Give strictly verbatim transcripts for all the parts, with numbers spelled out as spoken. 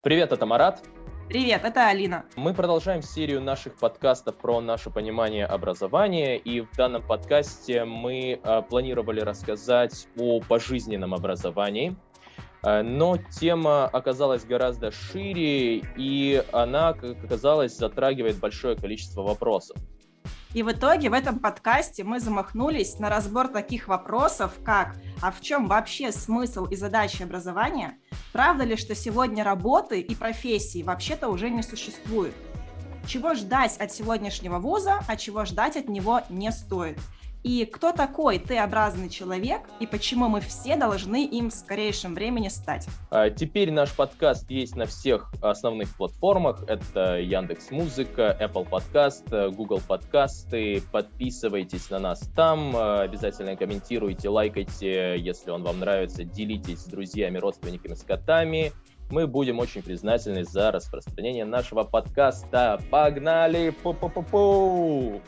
Привет, это Марат. Привет, это Алина. Мы продолжаем серию наших подкастов про наше понимание образования, и в данном подкасте мы э, планировали рассказать о пожизненном образовании, э, но тема оказалась гораздо шире, и она, как оказалось, затрагивает большое количество вопросов. И в итоге в этом подкасте мы замахнулись на разбор таких вопросов, как «А в чем вообще смысл и задачи образования?», «Правда ли, что сегодня работы и профессии вообще-то уже не существует?», «Чего ждать от сегодняшнего вуза, а чего ждать от него не стоит?», и «Кто такой Т-образный человек и почему мы все должны им в скорейшем времени стать?». Теперь наш подкаст есть на всех основных платформах. Это Яндекс.Музыка, Apple Podcast, Google подкасты. Подписывайтесь на нас там, обязательно комментируйте, лайкайте, если он вам нравится, делитесь с друзьями, родственниками, с котами. Мы будем очень признательны за распространение нашего подкаста. Погнали! Пу-пу-пу-пу!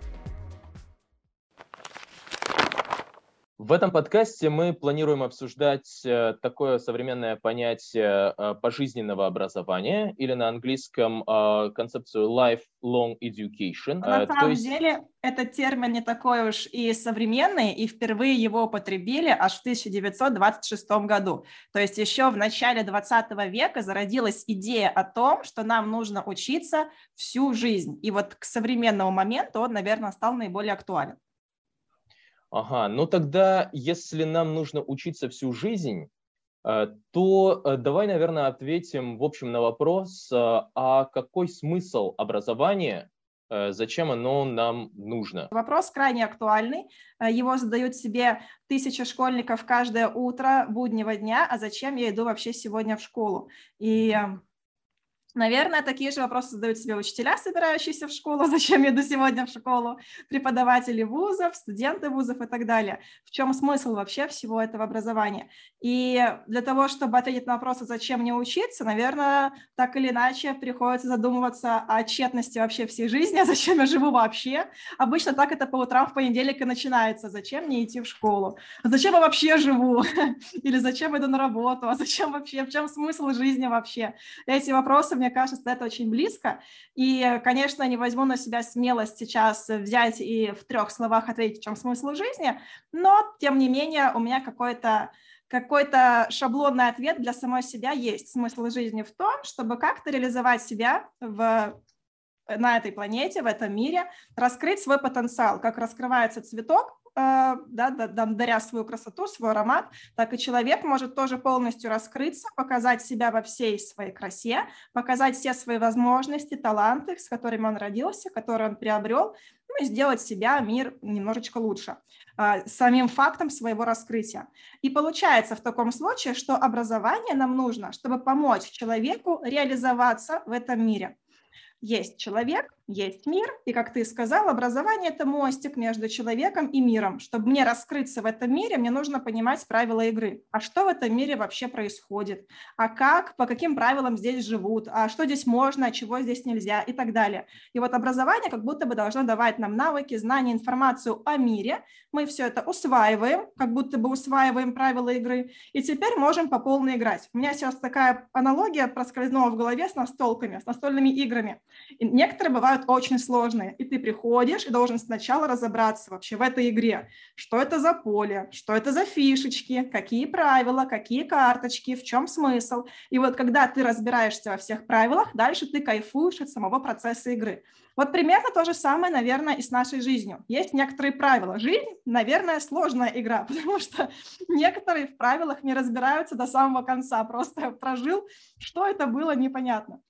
В этом подкасте мы планируем обсуждать э, такое современное понятие э, пожизненного образования, или на английском э, концепцию lifelong education. На Э, самом то есть... деле этот термин не такой уж и современный, и впервые его употребили аж в тысяча девятьсот двадцать шестом году. То есть еще в начале двадцатого века зародилась идея о том, что нам нужно учиться всю жизнь. И вот к современному моменту он, наверное, стал наиболее актуален. Ага, ну тогда, если нам нужно учиться всю жизнь, то давай, наверное, ответим, в общем, на вопрос, а какой смысл образования, зачем оно нам нужно? Вопрос крайне актуальный. Его задают себе тысячи школьников каждое утро буднего дня, а зачем я иду вообще сегодня в школу? И... Наверное, такие же вопросы задают себе учителя, собирающиеся в школу, зачем я иду сегодня в школу, преподаватели вузов, студенты вузов и так далее. В чем смысл вообще всего этого образования? И для того, чтобы ответить на вопросы, зачем мне учиться, наверное, так или иначе приходится задумываться о тщетности вообще всей жизни, а зачем я живу вообще. Обычно так это по утрам в понедельник и начинается. Зачем мне идти в школу? А зачем я вообще живу? Или зачем иду на работу? А зачем вообще? В чем смысл жизни вообще? Эти вопросы, мне кажется, это очень близко. И, конечно, не возьму на себя смелость сейчас взять и в трех словах ответить, в чем смысл жизни, но, тем не менее, у меня какой-то какой-то шаблонный ответ для самой себя есть. Смысл жизни в том, чтобы как-то реализовать себя в, на этой планете, в этом мире, раскрыть свой потенциал, как раскрывается цветок, да, даря свою красоту, свой аромат, так и человек может тоже полностью раскрыться, показать себя во всей своей красе, показать все свои возможности, таланты, с которыми он родился, которые он приобрел, ну и сделать себя, мир немножечко лучше самим фактом своего раскрытия. И получается в таком случае, что образование нам нужно, чтобы помочь человеку реализоваться в этом мире. Есть человек, есть мир, и, как ты сказал, образование – это мостик между человеком и миром. Чтобы мне раскрыться в этом мире, мне нужно понимать правила игры. А что в этом мире вообще происходит? А как, по каким правилам здесь живут? А что здесь можно, а чего здесь нельзя? И так далее. И вот образование как будто бы должно давать нам навыки, знания, информацию о мире. Мы все это усваиваем, как будто бы усваиваем правила игры, и теперь можем по полной играть. У меня сейчас такая аналогия проскользнула в голове с настолками, с настольными играми. И некоторые бывают очень сложные, и ты приходишь и должен сначала разобраться вообще в этой игре, что это за поле, что это за фишечки, какие правила, какие карточки, в чем смысл. И вот когда ты разбираешься во всех правилах, дальше ты кайфуешь от самого процесса игры. Вот примерно то же самое, наверное, и с нашей жизнью. Есть некоторые правила. Жизнь, наверное, сложная игра, потому что некоторые в правилах не разбираются до самого конца, просто прожил, что это было, непонятно.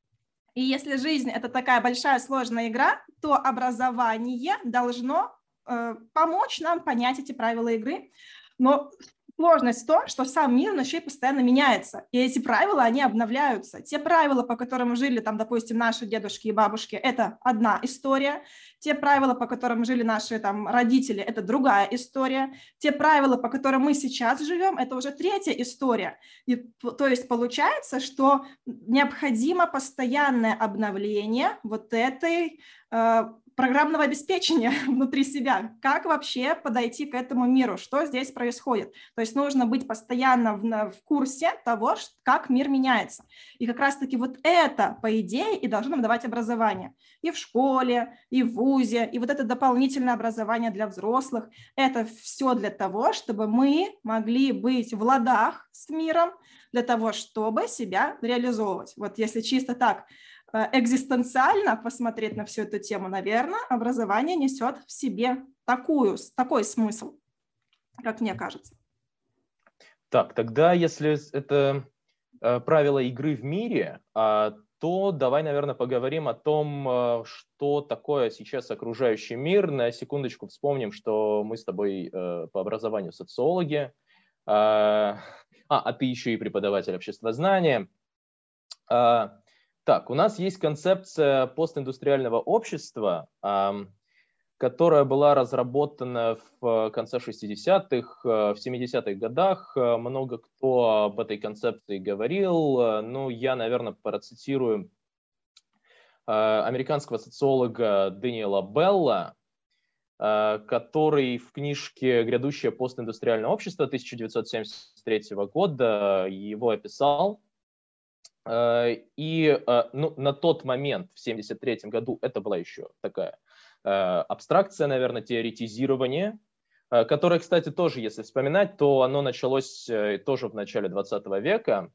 И если жизнь – это такая большая сложная игра, то образование должно э, помочь нам понять эти правила игры. Но сложность в том, что сам мир, он еще и постоянно меняется. И эти правила, они обновляются. Те правила, по которым жили, там, допустим, наши дедушки и бабушки, это одна история. Те правила, по которым жили наши там, родители, это другая история. Те правила, по которым мы сейчас живем, это уже третья история. И, то есть получается, что необходимо постоянное обновление вот этой э, программного обеспечения внутри себя. Как вообще подойти к этому миру? Что здесь происходит? То есть нужно быть постоянно в, в курсе того, как мир меняется. И как раз-таки вот это, по идее, и должно нам давать образование. И в школе, и в вузе, и вот это дополнительное образование для взрослых. Это все для того, чтобы мы могли быть в ладах с миром, для того, чтобы себя реализовывать. Вот если чисто так экзистенциально посмотреть на всю эту тему, наверное, образование несет в себе такую, такой смысл, как мне кажется. Так, тогда если это э, правила игры в мире, э, то давай, наверное, поговорим о том, э, что такое сейчас окружающий мир. На секундочку вспомним, что мы с тобой э, по образованию социологи, э, а, а ты еще и преподаватель обществознания. Э, Так, у нас есть концепция постиндустриального общества, которая была разработана в конце шестидесятых, в семидесятых годах. Много кто об этой концепции говорил. Ну, я, наверное, процитирую американского социолога Дэниела Белла, который в книжке «Грядущее постиндустриальное общество» тысяча девятьсот семьдесят третьего года его описал. И ну, на тот момент, в семьдесят третьем году, это была еще такая абстракция, наверное, теоретизирование, которое, кстати, тоже, если вспоминать, то оно началось тоже в начале двадцатого века.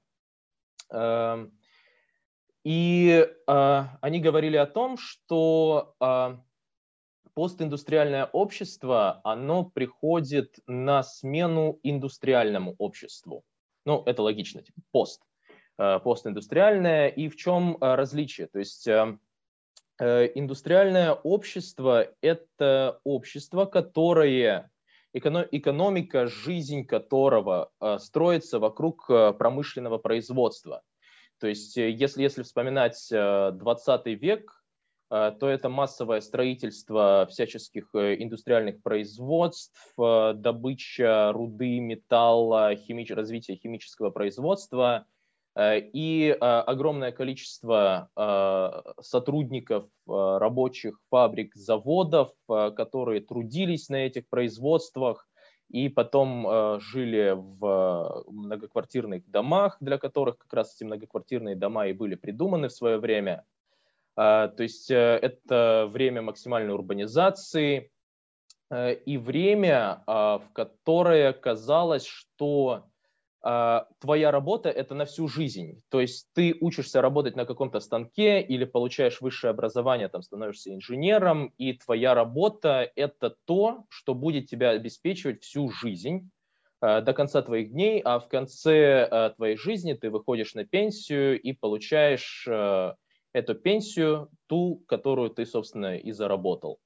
И они говорили о том, что постиндустриальное общество, оно приходит на смену индустриальному обществу. Ну, это логично, типа пост. постиндустриальное, и в чем различие? То есть индустриальное общество – это общество, которое, экономика, жизнь которого строится вокруг промышленного производства. То есть если, если вспоминать двадцатый век, то это массовое строительство всяческих индустриальных производств, добыча руды, металла, химич... развитие химического производства, и огромное количество сотрудников, рабочих фабрик, заводов, которые трудились на этих производствах и потом жили в многоквартирных домах, для которых как раз эти многоквартирные дома и были придуманы в свое время. То есть это время максимальной урбанизации и время, в которое казалось, что твоя работа – это на всю жизнь. То есть ты учишься работать на каком-то станке или получаешь высшее образование, там становишься инженером, и твоя работа – это то, что будет тебя обеспечивать всю жизнь до конца твоих дней, а в конце твоей жизни ты выходишь на пенсию и получаешь эту пенсию, ту, которую ты, собственно, и заработал.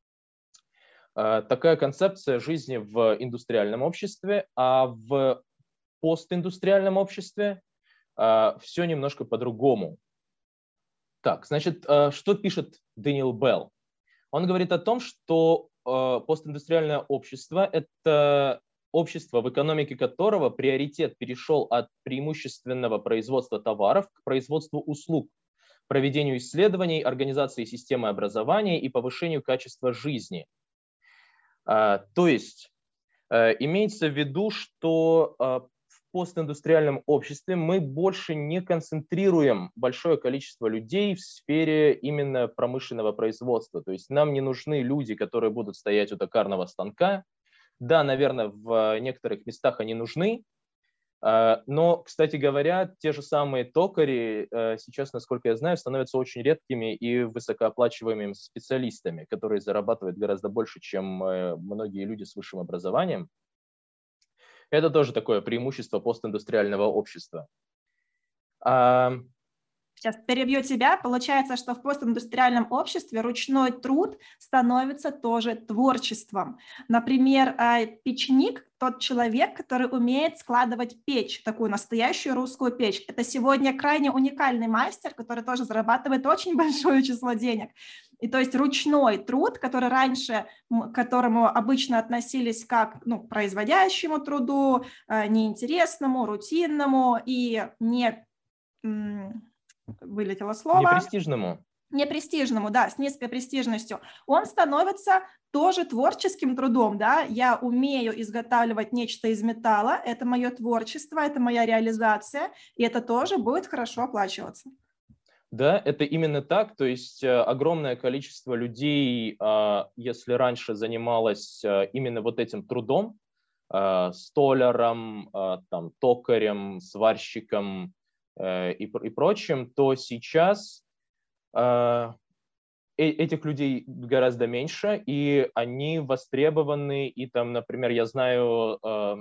Такая концепция жизни в индустриальном обществе, а в постиндустриальном обществе э, все немножко по-другому. Так, значит, э, что пишет Дэниел Белл? Он говорит о том, что э, постиндустриальное общество – это общество, в экономике которого приоритет перешел от преимущественного производства товаров к производству услуг, проведению исследований, организации системы образования и повышению качества жизни. Э, то есть э, имеется в виду, что э, в постиндустриальном обществе мы больше не концентрируем большое количество людей в сфере именно промышленного производства. То есть нам не нужны люди, которые будут стоять у токарного станка. Да, наверное, в некоторых местах они нужны, но, кстати говоря, те же самые токари сейчас, насколько я знаю, становятся очень редкими и высокооплачиваемыми специалистами, которые зарабатывают гораздо больше, чем многие люди с высшим образованием. Это тоже такое преимущество постиндустриального общества. Сейчас перебью тебя. Получается, что в постиндустриальном обществе ручной труд становится тоже творчеством. Например, печник – тот человек, который умеет складывать печь, такую настоящую русскую печь. Это сегодня крайне уникальный мастер, который тоже зарабатывает очень большое число денег. И то есть ручной труд, который раньше, к которому обычно относились как ну, производящему труду, неинтересному, рутинному и не... Вылетело слово. Непрестижному. непрестижному, да, с низкой престижностью, он становится тоже творческим трудом, да, я умею изготавливать нечто из металла, это мое творчество, это моя реализация, и это тоже будет хорошо оплачиваться. Да, это именно так, то есть э, огромное количество людей, э, если раньше занималось э, именно вот этим трудом, э, столяром, э, там, токарем, сварщиком э, и, и прочим, то сейчас э, этих людей гораздо меньше, и они востребованы, и там, например, я знаю... Э,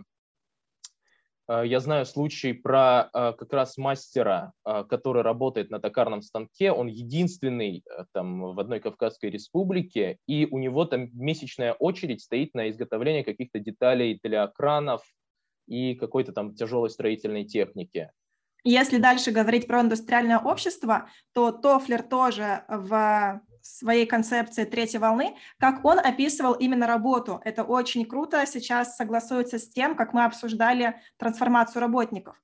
Я знаю случай про как раз мастера, который работает на токарном станке. Он единственный там в одной Кавказской республике, и у него там месячная очередь стоит на изготовление каких-то деталей для кранов и какой-то там тяжелой строительной техники. Если дальше говорить про индустриальное общество, то Тофлер тоже в своей концепции третьей волны, как он описывал именно работу. Это очень круто, сейчас согласуется с тем, как мы обсуждали трансформацию работников.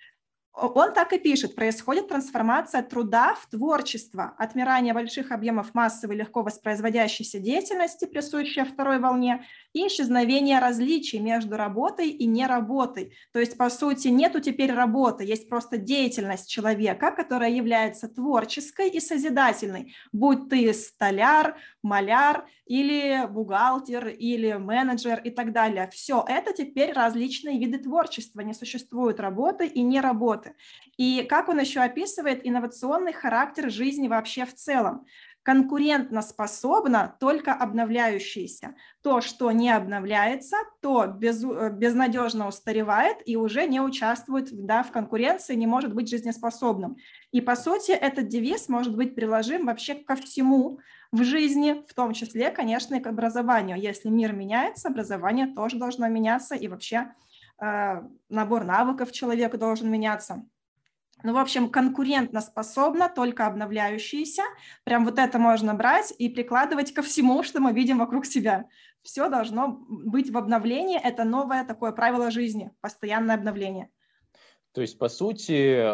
Он так и пишет: происходит трансформация труда в творчество, отмирание больших объемов массовой легко воспроизводящейся деятельности, присущей второй волне, и исчезновение различий между работой и неработой. То есть, по сути, нету теперь работы, есть просто деятельность человека, которая является творческой и созидательной, будь ты столяр, маляр или бухгалтер, или менеджер и так далее. Все это теперь различные виды творчества, не существует работы и неработы. И как он еще описывает инновационный характер жизни вообще в целом. Конкурентно способна только обновляющаяся. То, что не обновляется, то без, безнадежно устаревает и уже не участвует, да, в конкуренции, не может быть жизнеспособным. И, по сути, этот девиз может быть приложим вообще ко всему в жизни, в том числе, конечно, и к образованию. Если мир меняется, образование тоже должно меняться, и вообще э, набор навыков человека должен меняться. Ну, в общем, конкурентно способна, только обновляющаяся. Прям вот это можно брать и прикладывать ко всему, что мы видим вокруг себя. Все должно быть в обновлении. Это новое такое правило жизни, постоянное обновление. То есть, по сути,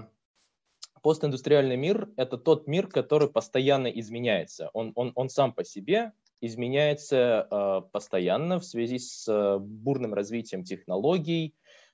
постиндустриальный мир – это тот мир, который постоянно изменяется. Он, он, он сам по себе изменяется постоянно в связи с бурным развитием технологий,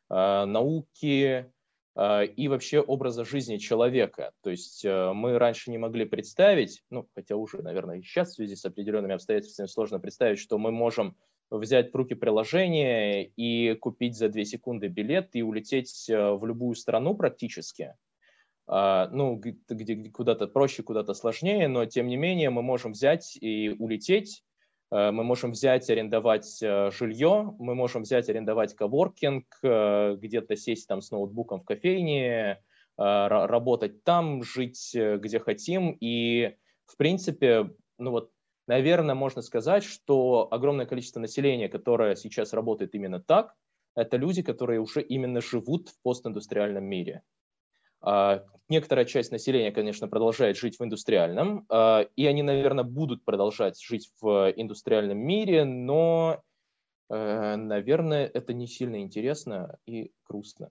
науки, и вообще образа жизни человека. То есть мы раньше не могли представить, ну, хотя уже, наверное, и сейчас в связи с определенными обстоятельствами сложно представить, что мы можем взять в руки приложение и купить за две секунды билет и улететь в любую страну практически. Ну, где куда-то проще, куда-то сложнее, но тем не менее мы можем взять и улететь. Мы можем взять, арендовать жилье, мы можем взять, арендовать коворкинг, где-то сесть там с ноутбуком в кофейне, работать там, жить где хотим. И, в принципе, ну вот, наверное, можно сказать, что огромное количество населения, которое сейчас работает именно так, это люди, которые уже именно живут в постиндустриальном мире. Некоторая часть населения, конечно, продолжает жить в индустриальном, и они, наверное, будут продолжать жить в индустриальном мире, но, наверное, это не сильно интересно и грустно.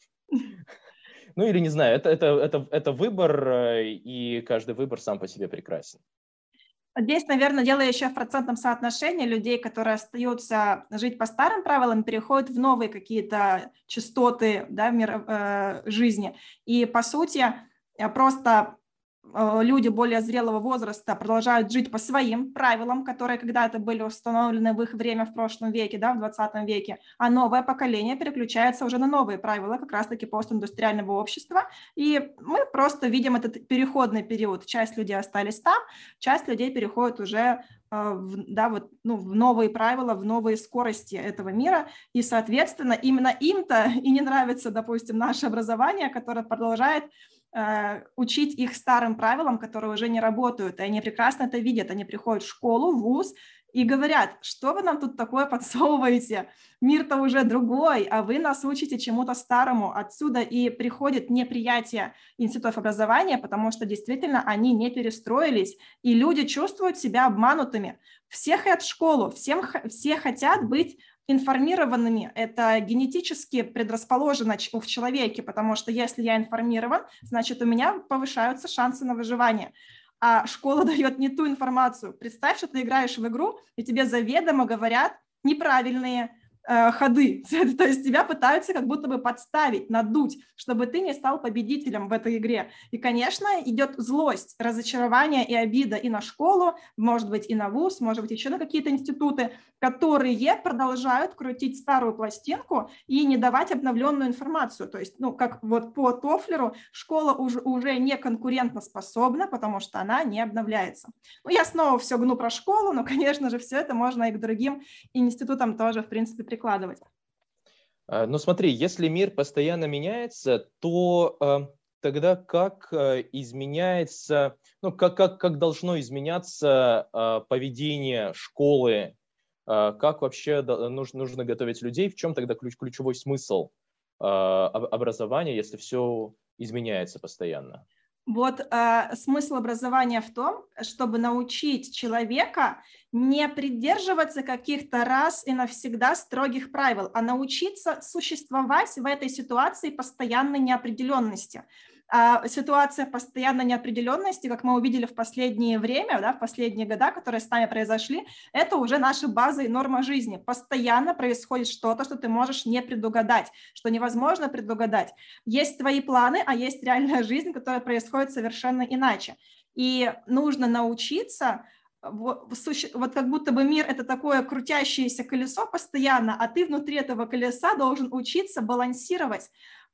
Ну или не знаю, это, это, это, это выбор, и каждый выбор сам по себе прекрасен. Здесь, наверное, дело еще в процентном соотношении людей, которые остаются жить по старым правилам, переходят в новые какие-то частоты, да, в мир, э, жизни. И, по сути, просто э, люди более зрелого возраста продолжают жить по своим правилам, которые когда-то были установлены в их время в прошлом веке, да, в двадцатом веке, а новое поколение переключается уже на новые правила, как раз-таки постиндустриального общества. И мы просто видим этот переходный период. Часть людей остались там, часть людей переходит уже в, да, вот, ну, в новые правила, в новые скорости этого мира. И, соответственно, именно им-то и не нравится, допустим, наше образование, которое продолжает учить их старым правилам, которые уже не работают. И они прекрасно это видят. Они приходят в школу, в вуз и говорят: что вы нам тут такое подсовываете? Мир-то уже другой, а вы нас учите чему-то старому. Отсюда и приходит неприятие институтов образования, потому что действительно они не перестроились, и люди чувствуют себя обманутыми. Все хотят в школу, всем, все хотят быть информированными. Это генетически предрасположено в человеке, потому что если я информирован, значит, у меня повышаются шансы на выживание. а школа дает не ту информацию. Представь, что ты играешь в игру, и тебе заведомо говорят неправильные э, ходы. То есть тебя пытаются как будто бы подставить, надуть, чтобы ты не стал победителем в этой игре. И, конечно, идет злость, разочарование и обида и на школу, может быть, и на вуз, может быть, еще на какие-то институты, которые продолжают крутить старую пластинку и не давать обновленную информацию. То есть, ну, как вот по Тофлеру, школа уже, уже не конкурентоспособна, потому что она не обновляется. Ну, я снова все гну про школу, но, конечно же, все это можно и к другим институтам тоже, в принципе, прикладывать. Ну, смотри, если мир постоянно меняется, то э, тогда как э, изменяется, ну, как, как, как должно изменяться э, поведение школы, как вообще нужно, нужно готовить людей, в чем тогда ключ, ключевой смысл э, образования, если все изменяется постоянно? Вот э, смысл образования в том, чтобы научить человека не придерживаться каких-то раз и навсегда строгих правил, а научиться существовать в этой ситуации постоянной неопределенности. А ситуация постоянной неопределенности, как мы увидели в последнее время, да, в последние года, которые с нами произошли, это уже наша база и норма жизни. Постоянно происходит что-то, что ты можешь не предугадать, что невозможно предугадать. Есть твои планы, а есть реальная жизнь, которая происходит совершенно иначе. И нужно научиться... Вот, вот как будто бы мир – это такое крутящееся колесо постоянно, а ты внутри этого колеса должен учиться балансировать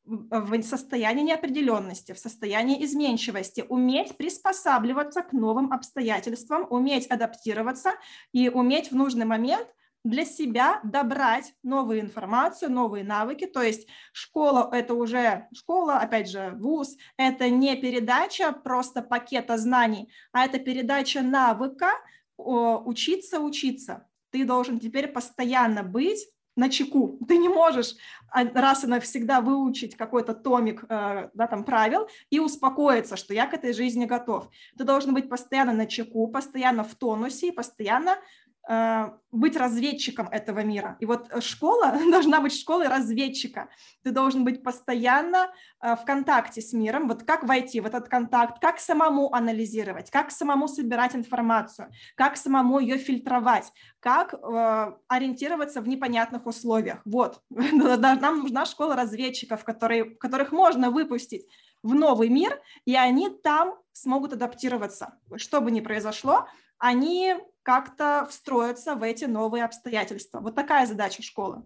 в состоянии неопределенности, в состоянии изменчивости, уметь приспосабливаться к новым обстоятельствам, уметь адаптироваться и уметь в нужный момент для себя добрать новую информацию, новые навыки. То есть школа – это уже школа, опять же, вуз, это не передача просто пакета знаний, а это передача навыка учиться учиться. Ты должен теперь постоянно быть на чеку. Ты не можешь раз и навсегда выучить какой-то томик э, да, там, правил и успокоиться, что я к этой жизни готов. Ты должен быть постоянно на чеку, постоянно в тонусе и постоянно э, быть разведчиком этого мира. И вот школа должна быть школой разведчика. Ты должен быть постоянно э, в контакте с миром. Вот как войти в этот контакт, как самому анализировать, как самому собирать информацию, как самому ее фильтровать, как э, ориентироваться в непонятных условиях. Вот. Нам нужна школа разведчиков, которые, которых можно выпустить в новый мир, и они там смогут адаптироваться. Что бы ни произошло, они как-то встроятся в эти новые обстоятельства. Вот такая задача школы.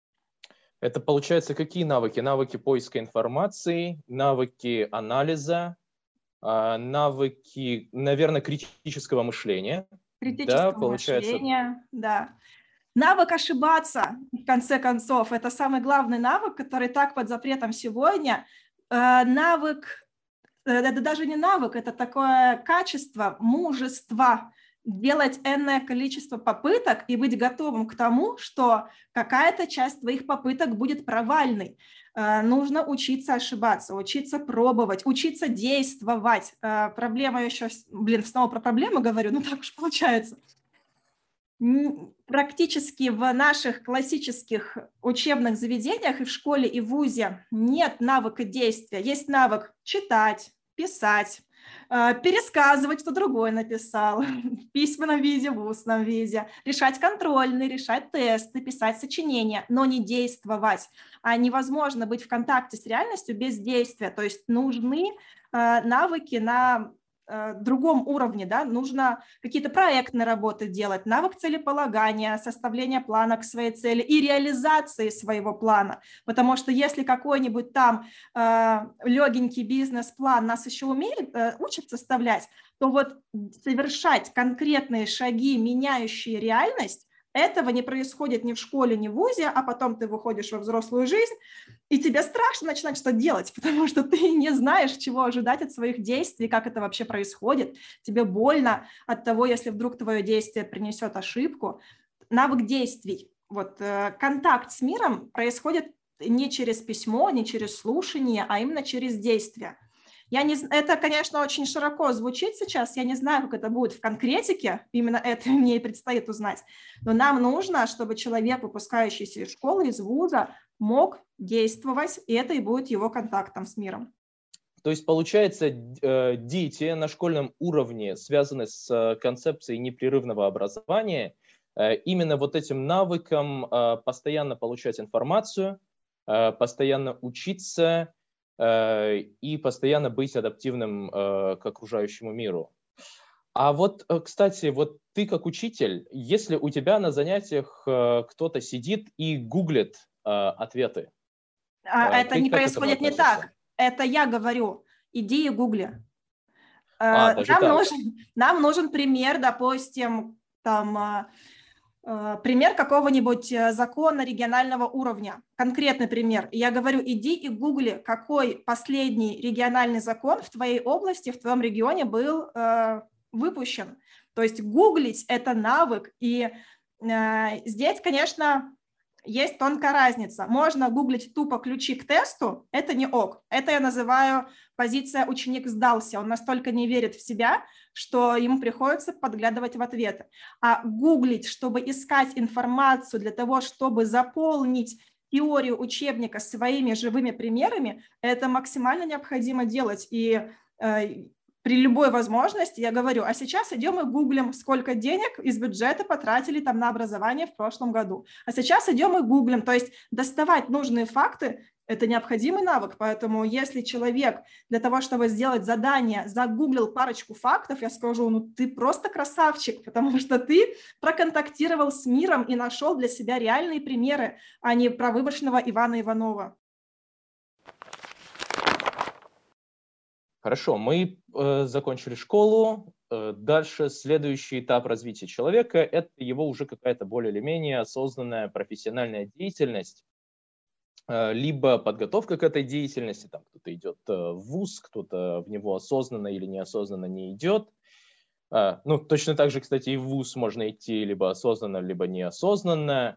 Это получается какие навыки? Навыки поиска информации, навыки анализа, навыки, наверное, критического мышления. Критического да, получается... мышления, да. Навык ошибаться, в конце концов, это самый главный навык, который так под запретом сегодня. Навык, это даже не навык, это такое качество, мужество, делать энное количество попыток и быть готовым к тому, что какая-то часть твоих попыток будет провальной. Нужно учиться ошибаться, учиться пробовать, учиться действовать. Проблема еще, блин, снова про проблемы говорю, ну так уж получается. Практически в наших классических учебных заведениях и в школе, и в вузе нет навыка действия. Есть навык читать, писать, пересказывать, кто другой написал, в письменном виде, в устном виде, решать контрольные, решать тесты, писать сочинения, но не действовать. А невозможно быть в контакте с реальностью без действия. То есть нужны навыки на другом уровне, да, нужно какие-то проектные работы делать, навык целеполагания, составления плана к своей цели и реализации своего плана, потому что если какой-нибудь там э, легенький бизнес-план нас еще умеет, э, учат составлять, то вот совершать конкретные шаги, меняющие реальность, этого не происходит ни в школе, ни в вузе, а потом ты выходишь во взрослую жизнь, и тебе страшно начинать что-то делать, потому что ты не знаешь, чего ожидать от своих действий, как это вообще происходит. Тебе больно от того, если вдруг твое действие принесет ошибку. Навык действий. Вот, э, контакт с миром происходит не через письмо, не через слушание, а именно через действие. Я не, это, конечно, очень широко звучит сейчас, я не знаю, как это будет в конкретике, именно это мне и предстоит узнать, но нам нужно, чтобы человек, выпускающийся из школы, из вуза, мог действовать, и это и будет его контактом с миром. То есть, получается, дети на школьном уровне связаны с концепцией непрерывного образования, именно вот этим навыком постоянно получать информацию, постоянно учиться и постоянно быть адаптивным к окружающему миру. А вот, кстати, вот ты как учитель, если у тебя на занятиях кто-то сидит и гуглит ответы, А это ты не как к этому происходит не относишься? так. Это я говорю, иди и гугли. А, Э, даже Нам так? нужен, нам нужен пример, допустим, там, э, э, пример какого-нибудь э, закона регионального уровня, конкретный пример. И я говорю, иди и гугли, какой последний региональный закон в твоей области, в твоем регионе был э, выпущен. То есть гуглить – это навык. И э, здесь, конечно, есть тонкая разница. Можно гуглить тупо ключи к тесту, это не ок. Это я называю позиция «ученик сдался». Он настолько не верит в себя, что ему приходится подглядывать в ответы. А гуглить, чтобы искать информацию для того, чтобы заполнить теорию учебника своими живыми примерами, это максимально необходимо делать. И э, при любой возможности я говорю, а сейчас идем и гуглим, сколько денег из бюджета потратили там на образование в прошлом году. А сейчас идем и гуглим. То есть доставать нужные факты – это необходимый навык. Поэтому если человек для того, чтобы сделать задание, загуглил парочку фактов, я скажу, ну ты просто красавчик, потому что ты проконтактировал с миром и нашел для себя реальные примеры, а не про выборочного Ивана Иванова. Хорошо, мы э, закончили школу. Э, дальше следующий этап развития человека – это его уже какая-то более или менее осознанная профессиональная деятельность, э, либо подготовка к этой деятельности. Там кто-то идет э, в вуз, кто-то в него осознанно или неосознанно не идет. Э, ну, точно так же, кстати, и в вуз можно идти либо осознанно, либо неосознанно.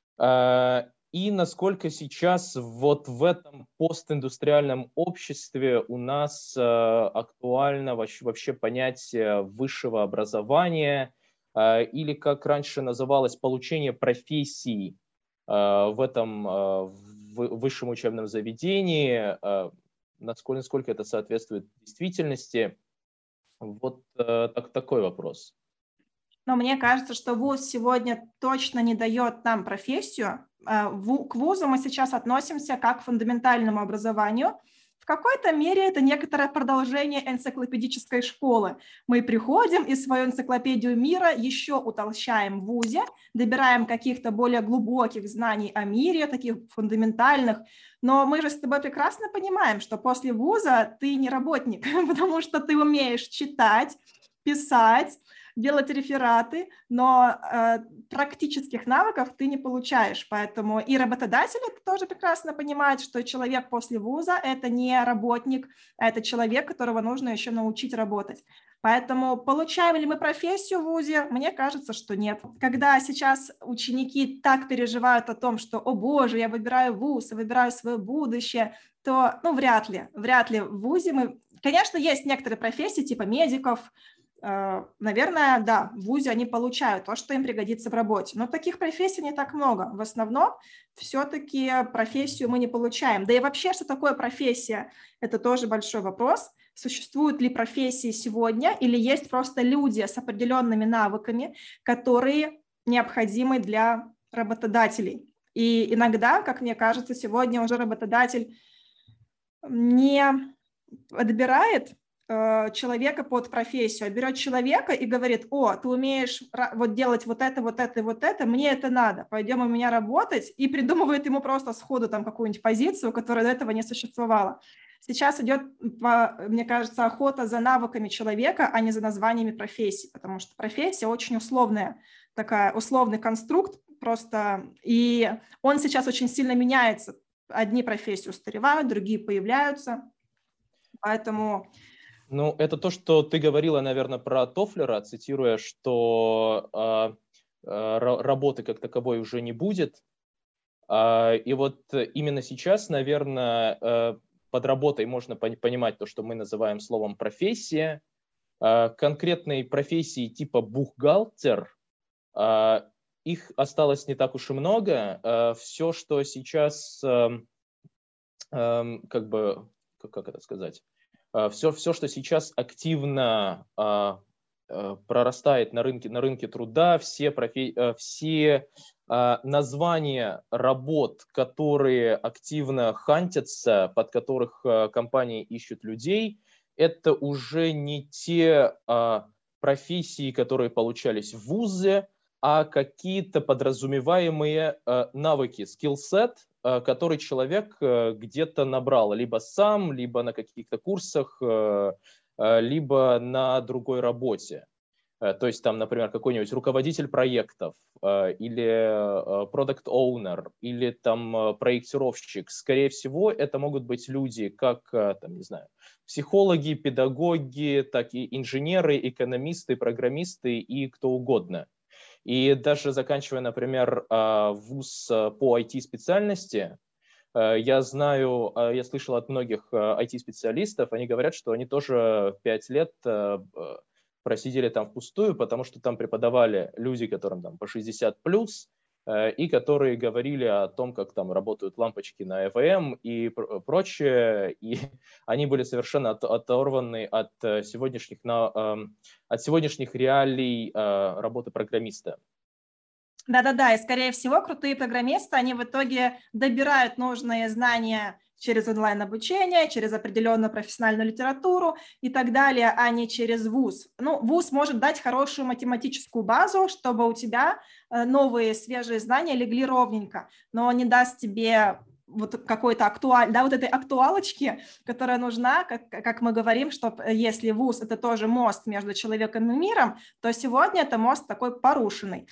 Э, И насколько сейчас вот в этом постиндустриальном обществе у нас э, актуально вообще, вообще понятие высшего образования э, или, как раньше называлось, получение профессий э, в этом э, в высшем учебном заведении, э, насколько, насколько это соответствует действительности. Вот э, так, такой вопрос. Но мне кажется, что вуз сегодня точно не дает нам профессию. К вузу мы сейчас относимся как к фундаментальному образованию. В какой-то мере это некоторое продолжение энциклопедической школы. Мы приходим и свою энциклопедию мира еще утолщаем в вузе, добираем каких-то более глубоких знаний о мире, таких фундаментальных. Но мы же с тобой прекрасно понимаем, что после вуза ты не работник, потому что ты умеешь читать, писать, делать рефераты, но э, практических навыков ты не получаешь. Поэтому и работодатели тоже прекрасно понимают, что человек после вуза – это не работник, а это человек, которого нужно еще научить работать. Поэтому получаем ли мы профессию в вузе? Мне кажется, что нет. Когда сейчас ученики так переживают о том, что, о боже, я выбираю вуз, я выбираю свое будущее, то, ну, вряд ли, вряд ли в вузе мы… Конечно, есть некоторые профессии, типа медиков, наверное, да, в вузе они получают то, что им пригодится в работе. Но таких профессий не так много. В основном все-таки профессию мы не получаем. Да и вообще, что такое профессия? Это тоже большой вопрос. Существуют ли профессии сегодня или есть просто люди с определенными навыками, которые необходимы для работодателей? И иногда, как мне кажется, сегодня уже работодатель не отбирает человека под профессию, берет человека и говорит: о, ты умеешь вот делать вот это, вот это, вот это, мне это надо, пойдем у меня работать, и придумывает ему просто сходу там какую-нибудь позицию, которая до этого не существовала. Сейчас идет, мне кажется, охота за навыками человека, а не за названиями профессий, потому что профессия очень условная, такая условный конструкт просто, и он сейчас очень сильно меняется. Одни профессии устаревают, другие появляются, поэтому… Ну, это то, что ты говорила, наверное, про Тофлера, цитируя, что э, э, работы как таковой уже не будет. Э, и вот именно сейчас, наверное, э, под работой можно понимать то, что мы называем словом профессия. Э, конкретной профессии типа бухгалтер, э, их осталось не так уж и много. Э, все, что сейчас, э, э, как бы, как, как это сказать, все, все, что сейчас активно прорастает на рынке, на рынке труда, все, профи, все названия работ, которые активно хантятся, под которых компании ищут людей, это уже не те профессии, которые получались в вузе, а какие-то подразумеваемые навыки, skillset, который человек где-то набрал, либо сам, либо на каких-то курсах, либо на другой работе. То есть там, например, какой-нибудь руководитель проектов или product owner, или там проектировщик. Скорее всего, это могут быть люди, как, там, не знаю, психологи, педагоги, так и инженеры, экономисты, программисты и кто угодно. И даже заканчивая, например, вуз по ай ти-специальности, я знаю, я слышал от многих ай ти-специалистов, они говорят, что они тоже пять лет просидели там впустую, потому что там преподавали люди, которым там по шестьдесят плюс, и которые говорили о том, как там работают лампочки на эф эм и прочее, и они были совершенно оторваны от сегодняшних, от сегодняшних реалий работы программиста. Да-да-да, и скорее всего крутые программисты, они в итоге добирают нужные знания через онлайн-обучение, через определенную профессиональную литературу и так далее, а не через вуз. Ну, вуз может дать хорошую математическую базу, чтобы у тебя новые свежие знания легли ровненько, но он не даст тебе вот какой-то актуаль, да, вот этой актуалочки, которая нужна, как, как мы говорим, что если вуз – это тоже мост между человеком и миром, то сегодня это мост такой порушенный.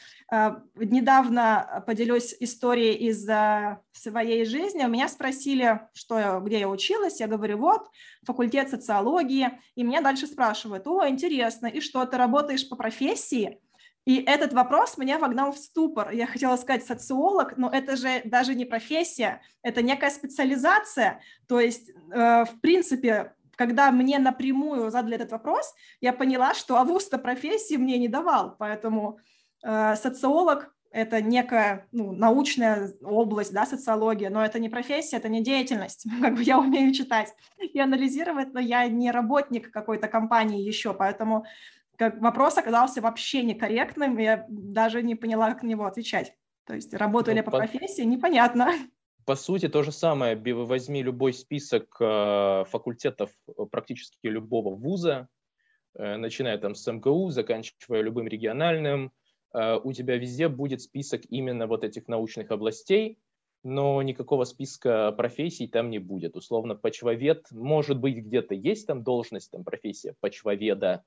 Недавно поделюсь историей из своей жизни. У меня спросили, что, где я училась, я говорю, вот, факультет социологии, и меня дальше спрашивают, о, интересно, и что, ты работаешь по профессии? И этот вопрос меня вогнал в ступор. Я хотела сказать социолог, но это же даже не профессия, это некая специализация. То есть, э, в принципе, когда мне напрямую задали этот вопрос, я поняла, что авуз-то профессии мне не давал. Поэтому э, социолог – это некая ну, научная область, да, социология, но это не профессия, это не деятельность. Как бы я умею читать и анализировать, но я не работник какой-то компании еще, поэтому… Как вопрос оказался вообще некорректным, я даже не поняла, как на него отвечать. То есть работаю ли я по профессии, непонятно. По сути, то же самое. Возьми любой список факультетов практически любого вуза, начиная там с эм ка у, заканчивая любым региональным, у тебя везде будет список именно вот этих научных областей, но никакого списка профессий там не будет. Условно, почвовед, может быть, где-то есть там должность, там профессия почвоведа,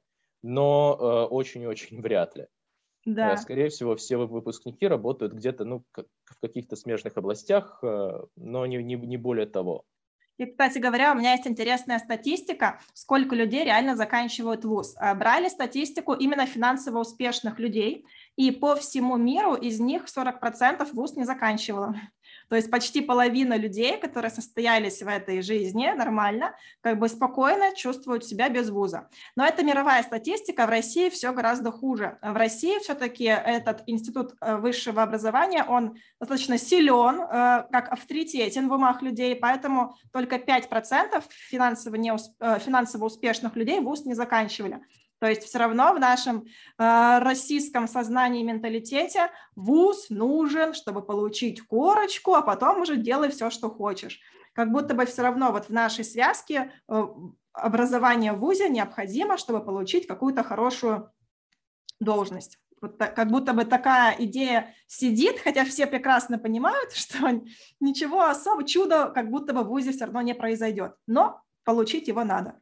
но очень-очень э, вряд ли. Да. Скорее всего, все выпускники работают где-то ну, в каких-то смежных областях, э, но не, не, не более того. И, кстати говоря, у меня есть интересная статистика, сколько людей реально заканчивают вуз. Брали статистику именно финансово успешных людей, и по всему миру из них сорок процентов вуз не заканчивало. То есть почти половина людей, которые состоялись в этой жизни нормально, как бы спокойно чувствуют себя без вуза. Но это мировая статистика, в России все гораздо хуже. В России все-таки этот институт высшего образования, он достаточно силен, как авторитетен в умах людей, поэтому только пять процентов финансово, не, финансово успешных людей вуз не заканчивали. То есть все равно в нашем э, российском сознании и менталитете вуз нужен, чтобы получить корочку, а потом уже делай все, что хочешь. Как будто бы все равно вот в нашей связке э, образование в вузе необходимо, чтобы получить какую-то хорошую должность. Вот так, как будто бы такая идея сидит, хотя все прекрасно понимают, что ничего особо, чуда как будто бы в вузе все равно не произойдет, но получить его надо.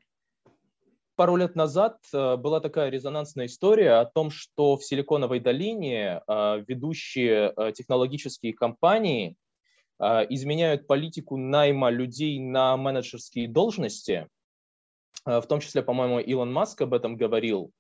Пару лет назад была такая резонансная история о том, что в Силиконовой долине ведущие технологические компании изменяют политику найма людей на менеджерские должности. В том числе, по-моему, Илон Маск об этом говорил.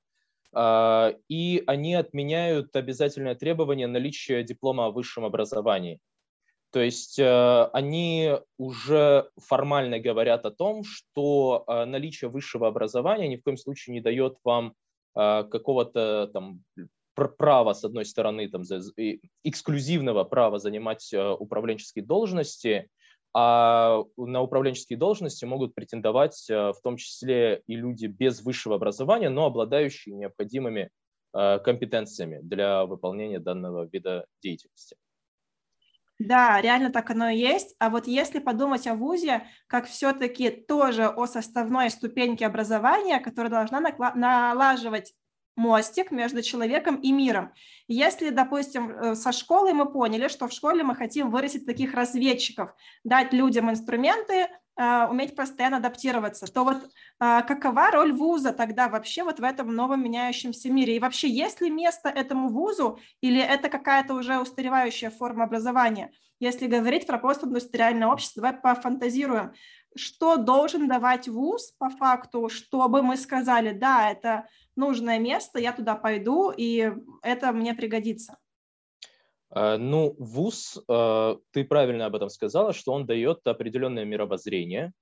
И они отменяют обязательное требование наличия диплома о высшем образовании. То есть э, они уже формально говорят о том, что э, наличие высшего образования ни в коем случае не дает вам э, какого-то там права, с одной стороны, там, эксклюзивного права занимать э, управленческие должности, А на управленческие должности могут претендовать в том числе и люди без высшего образования, но обладающие необходимыми компетенциями для выполнения данного вида деятельности. Да, реально так оно и есть. А вот если подумать о вузе, как все-таки тоже о составной ступеньке образования, которая должна налаживать мостик между человеком и миром. Если, допустим, со школы мы поняли, что в школе мы хотим вырастить таких разведчиков, дать людям инструменты, уметь постоянно адаптироваться, то вот какова роль вуза тогда вообще вот в этом новом меняющемся мире? И вообще есть ли место этому вузу или это какая-то уже устаревающая форма образования? Если говорить про постиндустриальное общество, давай пофантазируем. Что должен давать вуз по факту, чтобы мы сказали, да, это нужное место, я туда пойду, и это мне пригодится? Ну, вуз, ты правильно об этом сказала, что он дает определенное мировоззрение,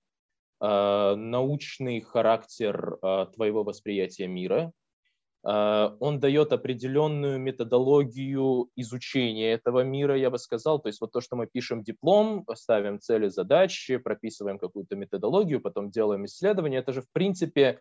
научный характер твоего восприятия мира. Он дает определенную методологию изучения этого мира, я бы сказал. То есть вот то, что мы пишем диплом, ставим цели, задачи, прописываем какую-то методологию, потом делаем исследование, это же в принципе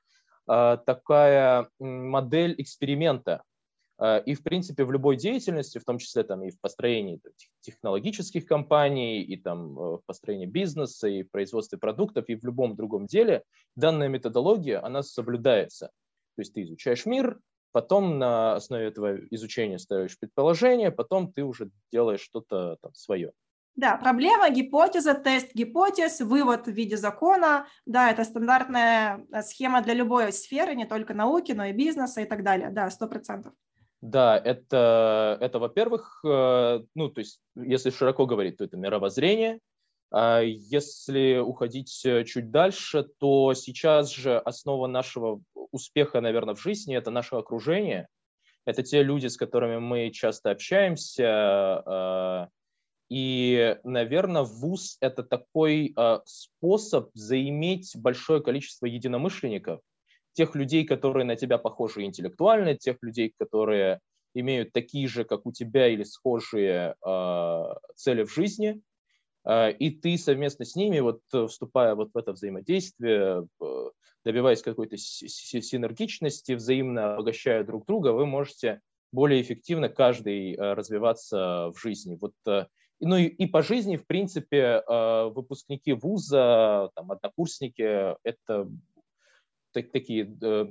такая модель эксперимента. И, в принципе, в любой деятельности, в том числе там, и в построении технологических компаний, и там, в построении бизнеса, и в производстве продуктов, и в любом другом деле, данная методология, она соблюдается. То есть ты изучаешь мир, потом на основе этого изучения ставишь предположение, потом ты уже делаешь что-то там свое. Да, проблема, гипотеза, тест гипотез, вывод в виде закона. Да, это стандартная схема для любой сферы, не только науки, но и бизнеса и так далее. Да, сто процентов. Да, это, это во-первых, ну, то есть, если широко говорить, то это мировоззрение. А если уходить чуть дальше, то сейчас же основа нашего успеха, наверное, в жизни – это наше окружение. Это те люди, с которыми мы часто общаемся. И, наверное, вуз – это такой способ заиметь большое количество единомышленников, тех людей, которые на тебя похожи интеллектуально, тех людей, которые имеют такие же, как у тебя, или схожие э, цели в жизни, э, и ты совместно с ними, вот, вступая вот в это взаимодействие, э, добиваясь какой-то синергичности, взаимно обогащая друг друга, вы можете более эффективно каждый э, развиваться в жизни. Вот, э, ну и, и по жизни, в принципе, э, выпускники вуза, там, однокурсники, это Так, такие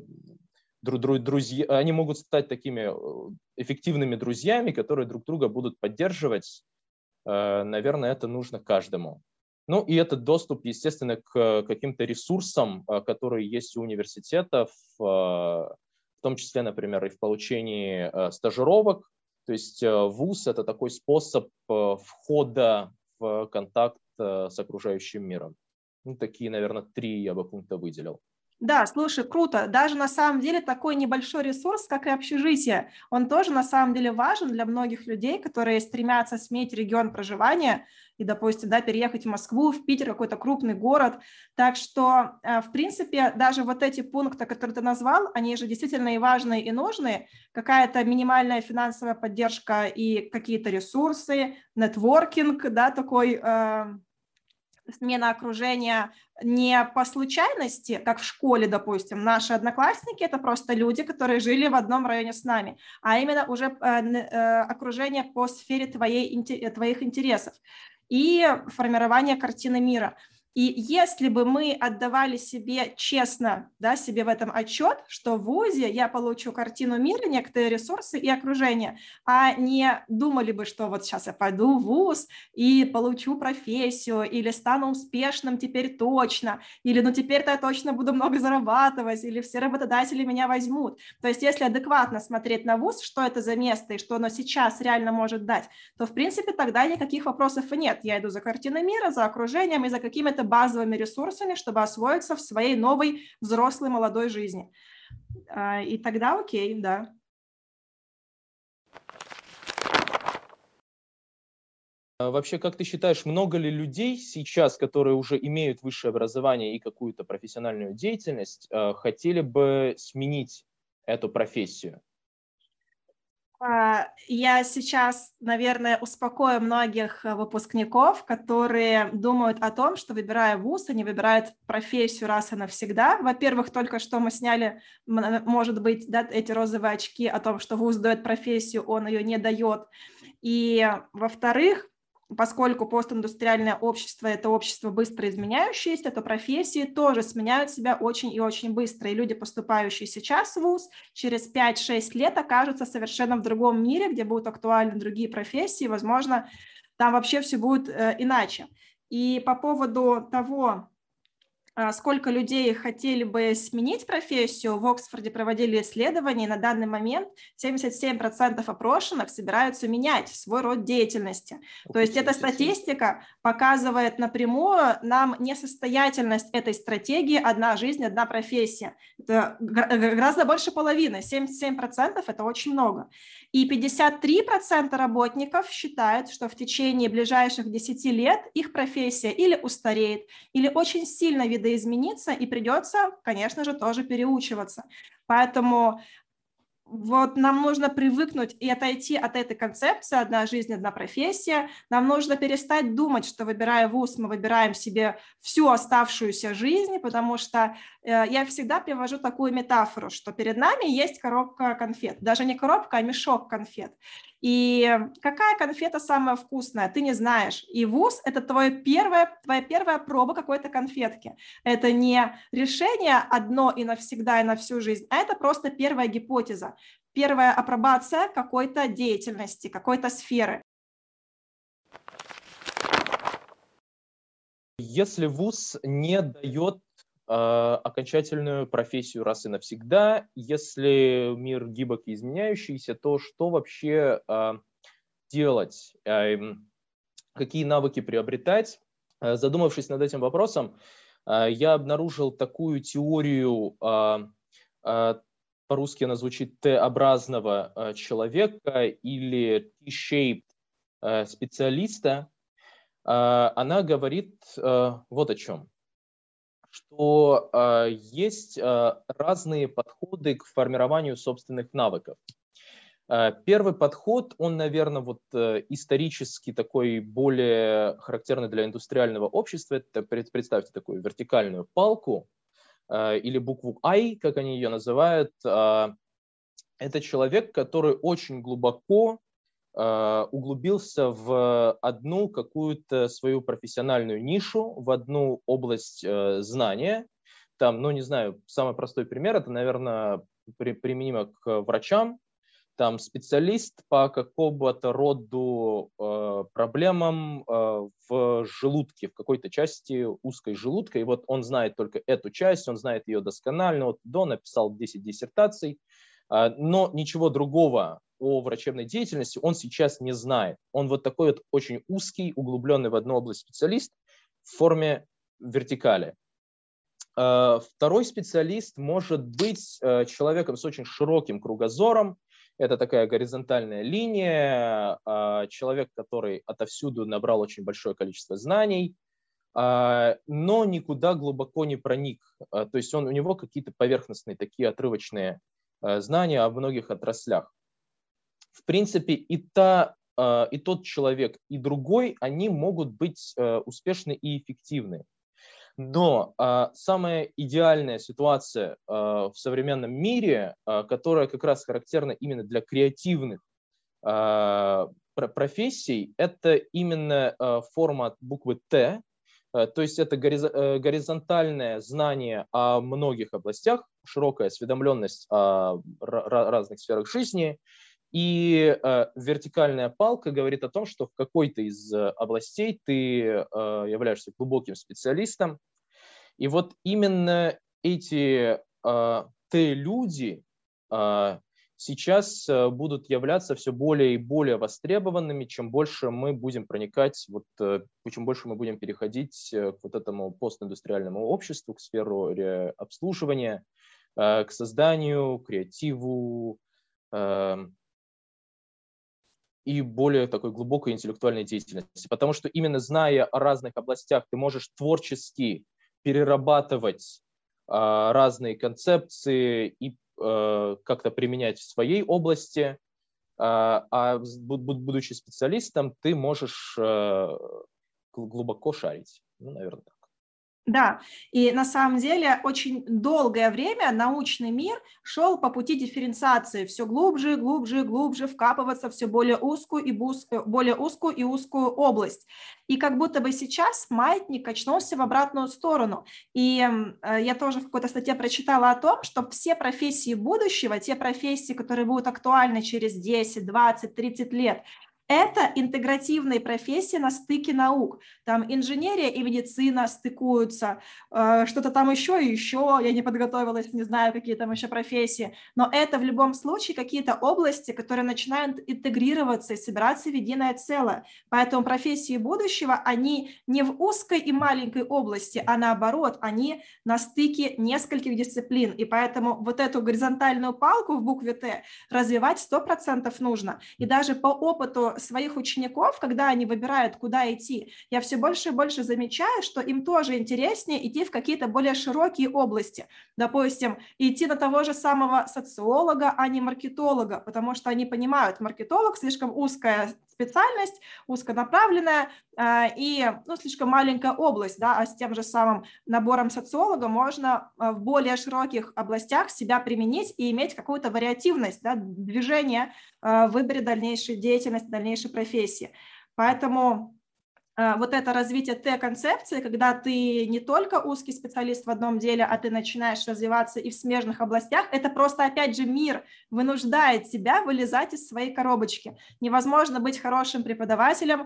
друзья, они могут стать такими эффективными друзьями, которые друг друга будут поддерживать. Наверное, это нужно каждому. Ну и этот доступ, естественно, к каким-то ресурсам, которые есть у университетов, в том числе, например, и в получении стажировок. То есть вуз – это такой способ входа в контакт с окружающим миром. Ну, такие, наверное, три я бы пункта выделил. Да, слушай, круто. Даже на самом деле такой небольшой ресурс, как и общежитие, он тоже на самом деле важен для многих людей, которые стремятся сменить регион проживания и, допустим, да, переехать в Москву, в Питер, какой-то крупный город. Так что, в принципе, даже вот эти пункты, которые ты назвал, они же действительно и важные, и нужные. Какая-то минимальная финансовая поддержка и какие-то ресурсы, нетворкинг, да, такой... смена окружения не по случайности, как в школе, допустим. Наши одноклассники – это просто люди, которые жили в одном районе с нами, а именно уже окружение по сфере твоей, твоих интересов и формирование картины мира. И если бы мы отдавали себе честно, да, себе в этом отчет, что в вузе я получу картину мира, некоторые ресурсы и окружение, а не думали бы, что вот сейчас я пойду в вуз и получу профессию, или стану успешным теперь точно, или ну теперь-то я точно буду много зарабатывать, или все работодатели меня возьмут. То есть если адекватно смотреть на вуз, что это за место и что оно сейчас реально может дать, то в принципе тогда никаких вопросов и нет. Я иду за картиной мира, за окружением и за какими-то базовыми ресурсами, чтобы освоиться в своей новой взрослой молодой жизни. И тогда окей, да. Вообще, как ты считаешь, много ли людей сейчас, которые уже имеют высшее образование и какую-то профессиональную деятельность, хотели бы сменить эту профессию? Я сейчас, наверное, успокою многих выпускников, которые думают о том, что, выбирая вуз, они выбирают профессию раз и навсегда. Во-первых, только что мы сняли, может быть, да, эти розовые очки о том, что вуз дает профессию, он ее не дает. И, во-вторых, поскольку постиндустриальное общество – это общество быстро изменяющееся, то профессии тоже сменяют себя очень и очень быстро. И люди, поступающие сейчас в вуз, через пять-шесть лет окажутся совершенно в другом мире, где будут актуальны другие профессии. Возможно, там вообще все будет э, иначе. И по поводу того, сколько людей хотели бы сменить профессию, в Оксфорде проводили исследования, и на данный момент семьдесят семь процентов опрошенных собираются менять свой род деятельности. То есть эта статистика показывает напрямую нам несостоятельность этой стратегии «одна жизнь, одна профессия». Это гораздо больше половины, семьдесят семь процентов – это очень много. И пятьдесят три процента работников считают, что в течение ближайших десяти лет их профессия или устареет, или очень сильно видоизменится, измениться, и придется, конечно же, тоже переучиваться. Поэтому вот нам нужно привыкнуть и отойти от этой концепции «одна жизнь, одна профессия». Нам нужно перестать думать, что, выбирая вуз, мы выбираем себе всю оставшуюся жизнь, потому что э, я всегда привожу такую метафору, что перед нами есть коробка конфет. Даже не коробка, а мешок конфет. И какая конфета самая вкусная, ты не знаешь. И вуз – это твоя первая, твоя первая проба какой-то конфетки. Это не решение одно и навсегда, и на всю жизнь, а это просто первая гипотеза. Первая апробация какой-то деятельности, какой-то сферы. Если вуз не дает э, окончательную профессию раз и навсегда, если мир гибок и изменяющийся, то что вообще э, делать? Э, какие навыки приобретать? Э, задумавшись над этим вопросом, э, я обнаружил такую теорию, э, э, по-русски она звучит Т-образного э, человека или T-shaped э, специалиста. Она говорит э, вот о чем, что э, есть э, разные подходы к формированию собственных навыков. Э, первый подход, он, наверное, вот э, исторически такой более характерный для индустриального общества. Это, представьте, такую вертикальную палку э, или букву I, как они ее называют. Э, это человек, который очень глубоко углубился в одну какую-то свою профессиональную нишу, в одну область э, знания. Там, ну, не знаю, самый простой пример, это, наверное, при, применимо к врачам. Там специалист по какому-то роду э, проблемам э, в желудке, в какой-то части узкой желудка. И вот он знает только эту часть, он знает ее досконально. Вот до написал десять диссертаций, э, но ничего другого о врачебной деятельности он сейчас не знает. Он вот такой вот очень узкий, углубленный в одну область специалист в форме вертикали. Второй специалист может быть человеком с очень широким кругозором. Это такая горизонтальная линия, человек, который отовсюду набрал очень большое количество знаний, но никуда глубоко не проник. То есть он, у него какие-то поверхностные такие отрывочные знания о многих отраслях. В принципе, и, та, и тот человек, и другой, они могут быть успешны и эффективны. Но самая идеальная ситуация в современном мире, которая как раз характерна именно для креативных профессий, это именно форма буквы Т. То есть это горизонтальное знание о многих областях, широкая осведомленность о разных сферах жизни. И э, вертикальная палка говорит о том, что в какой-то из э, областей ты э, являешься глубоким специалистом. И вот именно эти э, Т-люди э, сейчас э, будут являться все более и более востребованными, чем больше мы будем проникать, вот, э, чем больше мы будем переходить э, к вот этому постиндустриальному обществу, к сфере обслуживания, э, к созданию, креативу, э, и более такой глубокой интеллектуальной деятельности. Потому что именно зная о разных областях, ты можешь творчески перерабатывать э, разные концепции и э, как-то применять в своей области. а будучи специалистом, ты можешь глубоко шарить. Ну, наверное, так. Да, и на самом деле очень долгое время научный мир шел по пути дифференциации, все глубже, глубже, глубже вкапываться все более узкую и более узкую и узкую область. И как будто бы сейчас маятник качнулся в обратную сторону. И я тоже в какой-то статье прочитала о том, что все профессии будущего, те профессии, которые будут актуальны через десять, двадцать, тридцать лет, это интегративные профессии на стыке наук. Там инженерия и медицина стыкуются, что-то там еще и еще, я не подготовилась, не знаю, какие там еще профессии, но это в любом случае какие-то области, которые начинают интегрироваться и собираться в единое целое. Поэтому профессии будущего, они не в узкой и маленькой области, а наоборот, они на стыке нескольких дисциплин. И поэтому вот эту горизонтальную палку в букве Т развивать сто процентов нужно. И даже по опыту своих учеников, когда они выбирают, куда идти, я все больше и больше замечаю, что им тоже интереснее идти в какие-то более широкие области. Допустим, идти на того же самого социолога, а не маркетолога, потому что они понимают, маркетолог слишком узкая специальность, узконаправленная и ну, слишком маленькая область, да, а с тем же самым набором социолога можно в более широких областях себя применить и иметь какую-то вариативность, да, движение в выборе дальнейшей деятельности, дальнейшей профессии. Поэтому вот это развитие Т-концепции, когда ты не только узкий специалист в одном деле, а ты начинаешь развиваться и в смежных областях, это просто, опять же, мир вынуждает тебя вылезать из своей коробочки. Невозможно быть хорошим преподавателем,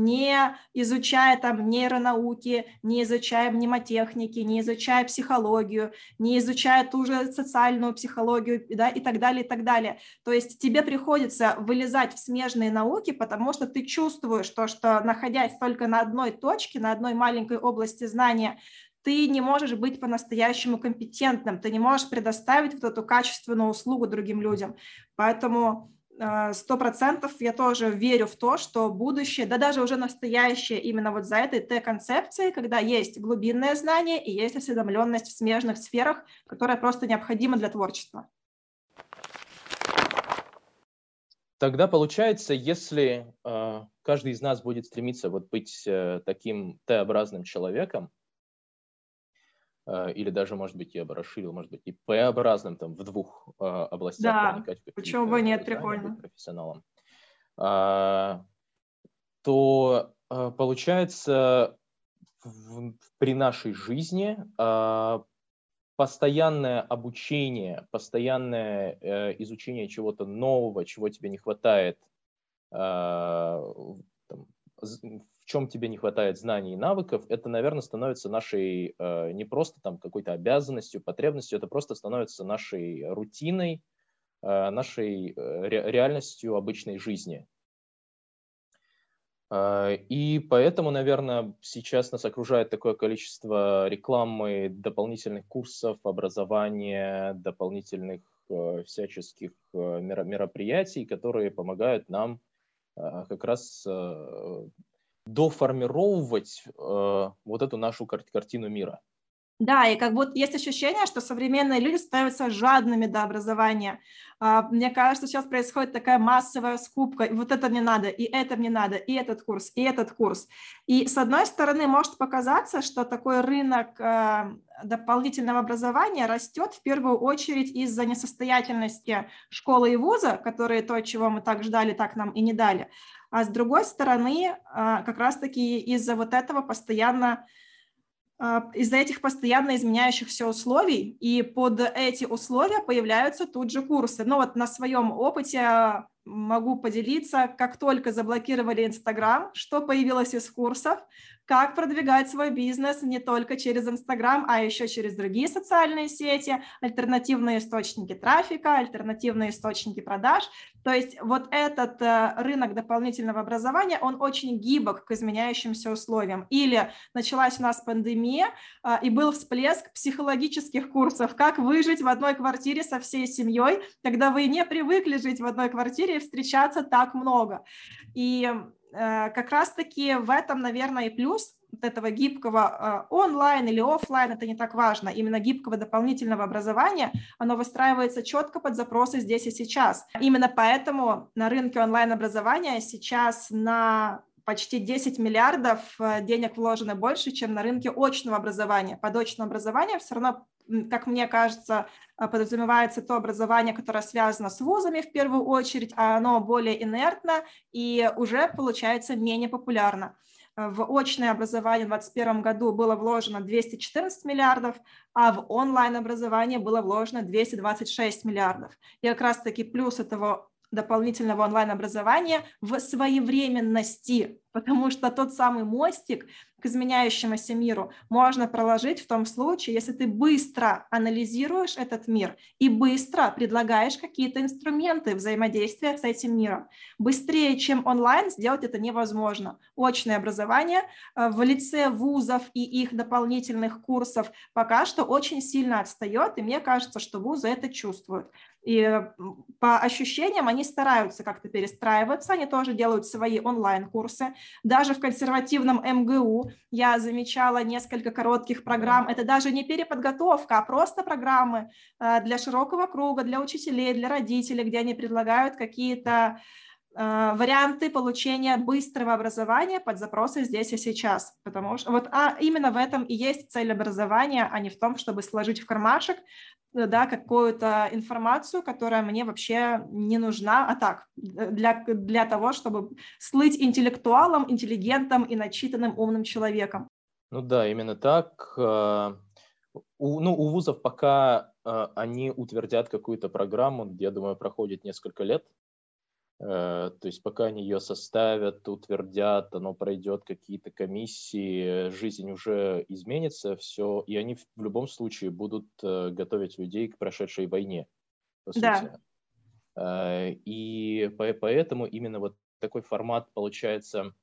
не изучая там нейронауки, не изучая мнемотехники, не изучая психологию, не изучая ту же социальную психологию, да, и так далее, и так далее. То есть тебе приходится вылезать в смежные науки, потому что ты чувствуешь то, что, находясь только на одной точке, на одной маленькой области знания, ты не можешь быть по-настоящему компетентным, ты не можешь предоставить вот эту качественную услугу другим людям. Поэтому сто процентов я тоже верю в то, что будущее, да даже уже настоящее именно вот за этой Т-концепцией, когда есть глубинное знание и есть осведомленность в смежных сферах, которая просто необходима для творчества. Тогда получается, если э, каждый из нас будет стремиться вот быть э, таким Т-образным человеком, э, или даже, может быть, я бы расширил, может быть, и П-образным, там, в двух э, областях да, проникать в почему бы нет, знания, прикольно. быть профессионалом, э, то э, получается в, при нашей жизни э, постоянное обучение, постоянное э, изучение чего-то нового, чего тебе не хватает, э, там, в чем тебе не хватает знаний и навыков, это, наверное, становится нашей э, не просто там какой-то обязанностью, потребностью, это просто становится нашей рутиной, э, нашей э, ре, реальностью обычной жизни. И поэтому, наверное, сейчас нас окружает такое количество рекламы, дополнительных курсов, образования, дополнительных э, всяческих э, мероприятий, которые помогают нам э, как раз э, доформировать э, вот эту нашу кар- картину мира. Да, и как будто есть ощущение, что современные люди становятся жадными до образования. Мне кажется, сейчас происходит такая массовая скупка. И вот это мне надо, и это мне надо, и этот курс, и этот курс. И с одной стороны, может показаться, что такой рынок дополнительного образования растет в первую очередь из-за несостоятельности школы и вуза, которые то, чего мы так ждали, так нам и не дали. А с другой стороны, как раз-таки из-за вот этого постоянно из-за этих постоянно изменяющихся условий, и под эти условия появляются тут же курсы. Ну вот на своем опыте могу поделиться, как только заблокировали Инстаграм, что появилось из курсов, как продвигать свой бизнес не только через Инстаграм, а еще через другие социальные сети, альтернативные источники трафика, альтернативные источники продаж. То есть вот этот рынок дополнительного образования, он очень гибок к изменяющимся условиям. Или началась у нас пандемия, и был всплеск психологических курсов, как выжить в одной квартире со всей семьей, когда вы не привыкли жить в одной квартире и встречаться так много. И как раз-таки в этом, наверное, и плюс вот этого гибкого онлайн или офлайн, это не так важно, именно гибкого дополнительного образования, оно выстраивается четко под запросы здесь и сейчас. Именно поэтому на рынке онлайн-образования сейчас на почти десять миллиардов денег вложено больше, чем на рынке очного образования. Под очным образованием все равно, как мне кажется, подразумевается то образование, которое связано с вузами в первую очередь, а оно более инертно и уже получается менее популярно. В очное образование в две тысячи двадцать первом году было вложено двести четырнадцать миллиардов, а в онлайн-образование было вложено двести двадцать шесть миллиардов. И как раз-таки плюс этого дополнительного онлайн-образования в своевременности, потому что тот самый мостик к изменяющемуся миру можно проложить в том случае, если ты быстро анализируешь этот мир и быстро предлагаешь какие-то инструменты взаимодействия с этим миром. Быстрее, чем онлайн, сделать это невозможно. Очное образование в лице вузов и их дополнительных курсов пока что очень сильно отстает, и мне кажется, что вузы это чувствуют. И по ощущениям они стараются как-то перестраиваться, они тоже делают свои онлайн-курсы. Даже в консервативном эм гэ у я замечала несколько коротких программ. Это даже не переподготовка, а просто программы для широкого круга, для учителей, для родителей, где они предлагают какие-то варианты получения быстрого образования под запросы здесь и сейчас. Потому что вот а именно в этом и есть цель образования, а не в том, чтобы сложить в кармашек, да, какую-то информацию, которая мне вообще не нужна, а так, для, для того, чтобы слыть интеллектуалом, интеллигентом и начитанным умным человеком. Ну да, именно так. У, ну, у вузов пока они утвердят какую-то программу, я думаю, проходит несколько лет. То есть пока они ее составят, утвердят, оно пройдет какие-то комиссии, жизнь уже изменится, все, и они в любом случае будут готовить людей к прошедшей войне, по сути. Да. И поэтому именно вот такой формат получается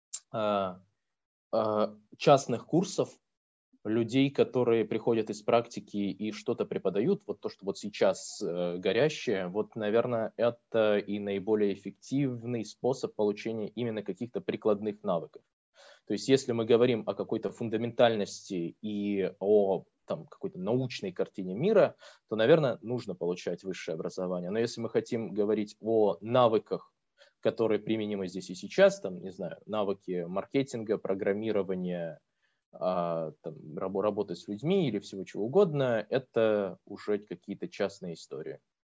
частных курсов, людей, которые приходят из практики и что-то преподают, вот то, что вот сейчас э, горящее, вот, наверное, это и наиболее эффективный способ получения именно каких-то прикладных навыков. То есть если мы говорим о какой-то фундаментальности и о там, какой-то научной картине мира, то, наверное, нужно получать высшее образование. Но если мы хотим говорить о навыках, которые применимы здесь и сейчас, там, не знаю, навыки маркетинга, программирования, А, там, работать с людьми или всего чего угодно, это уже какие-то частные истории.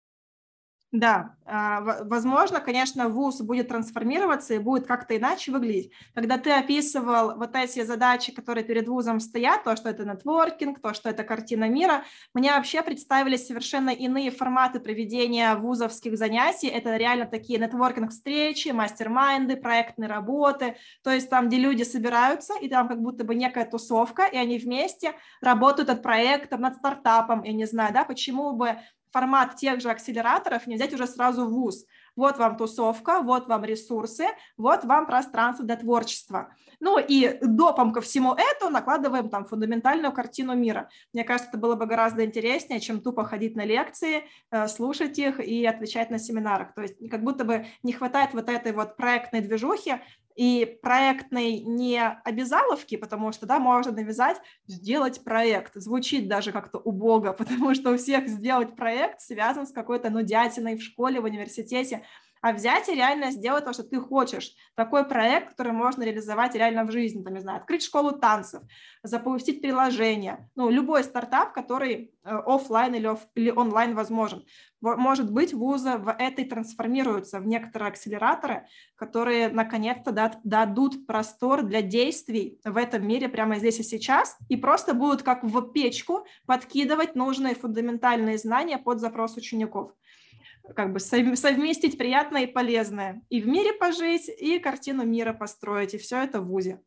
Да, возможно, конечно, вуз будет трансформироваться и будет как-то иначе выглядеть. Когда ты описывал вот эти задачи, которые перед вузом стоят, то, что это нетворкинг, то, что это картина мира, мне вообще представились совершенно иные форматы проведения вузовских занятий. Это реально такие нетворкинг-встречи, мастер-майнды, проектные работы, то есть там, где люди собираются, и там как будто бы некая тусовка, и они вместе работают над проектом, над стартапом, я не знаю, да, почему бы формат тех же акселераторов не взять уже сразу в вуз. Вот вам тусовка, вот вам ресурсы, вот вам пространство для творчества. Ну и допом ко всему этому накладываем там фундаментальную картину мира. Мне кажется, это было бы гораздо интереснее, чем тупо ходить на лекции, слушать их и отвечать на семинарах. То есть как будто бы не хватает вот этой вот проектной движухи, и проектной не обязаловки, потому что, да, можно навязать сделать проект. Звучит даже как-то убого, потому что у всех сделать проект связан с какой-то нудятиной в школе, в университете. А взять и реально сделать то, что ты хочешь. Такой проект, который можно реализовать реально в жизни. Там, не знаю, открыть школу танцев, запустить приложение. Ну, любой стартап, который офлайн или, оф, или онлайн возможен. Может быть, вузы в этой трансформируются в некоторые акселераторы, которые наконец-то дадут простор для действий в этом мире прямо здесь и сейчас, и просто будут как в печку подкидывать нужные фундаментальные знания под запрос учеников. Как бы совместить приятное и полезное. И в мире пожить, и картину мира построить, и все это в вузе.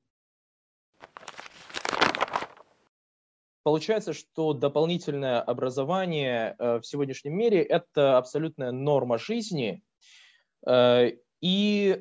Получается, что дополнительное образование в сегодняшнем мире – это абсолютная норма жизни, и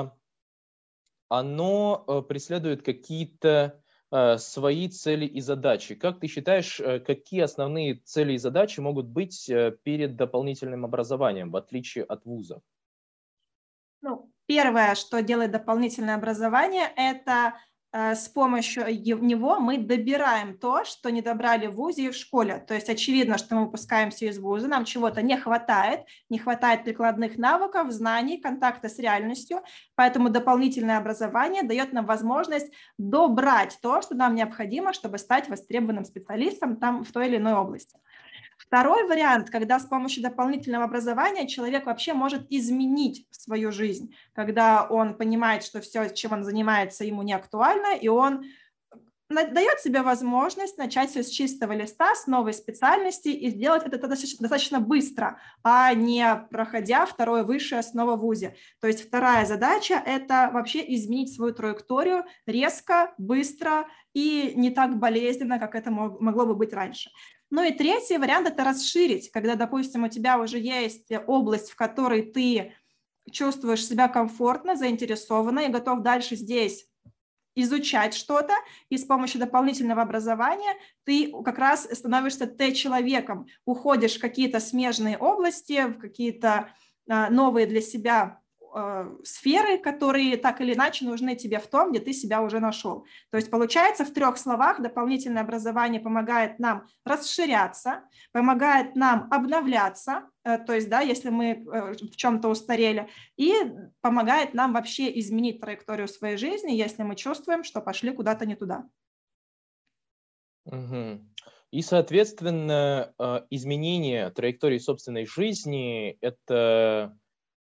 оно преследует какие-то свои цели и задачи. Как ты считаешь, какие основные цели и задачи могут быть перед дополнительным образованием, в отличие от вуза? Ну, Первое, что делает дополнительное образование, это с помощью него мы добираем то, что не добрали в вузе и в школе. То есть очевидно, что мы выпускаемся из вуза, нам чего-то не хватает, не хватает прикладных навыков, знаний, контакта с реальностью, поэтому дополнительное образование дает нам возможность добрать то, что нам необходимо, чтобы стать востребованным специалистом там в той или иной области. Второй вариант, когда с помощью дополнительного образования человек вообще может изменить свою жизнь, когда он понимает, что все, чем он занимается, ему не актуально, и он дает себе возможность начать все с чистого листа, с новой специальности и сделать это достаточно быстро, а не проходя второе высшее снова в вузе. То есть вторая задача – это вообще изменить свою траекторию резко, быстро и не так болезненно, как это могло бы быть раньше. Ну и третий вариант – это расширить, когда, допустим, у тебя уже есть область, в которой ты чувствуешь себя комфортно, заинтересованно и готов дальше здесь изучать что-то, и с помощью дополнительного образования ты как раз становишься Т-человеком, уходишь в какие-то смежные области, в какие-то новые для себя сферы, которые так или иначе нужны тебе в том, где ты себя уже нашел. То есть получается, в трех словах дополнительное образование помогает нам расширяться, помогает нам обновляться, то есть, да, если мы в чем-то устарели, и помогает нам вообще изменить траекторию своей жизни, если мы чувствуем, что пошли куда-то не туда. Угу. И, соответственно, изменение траектории собственной жизни – это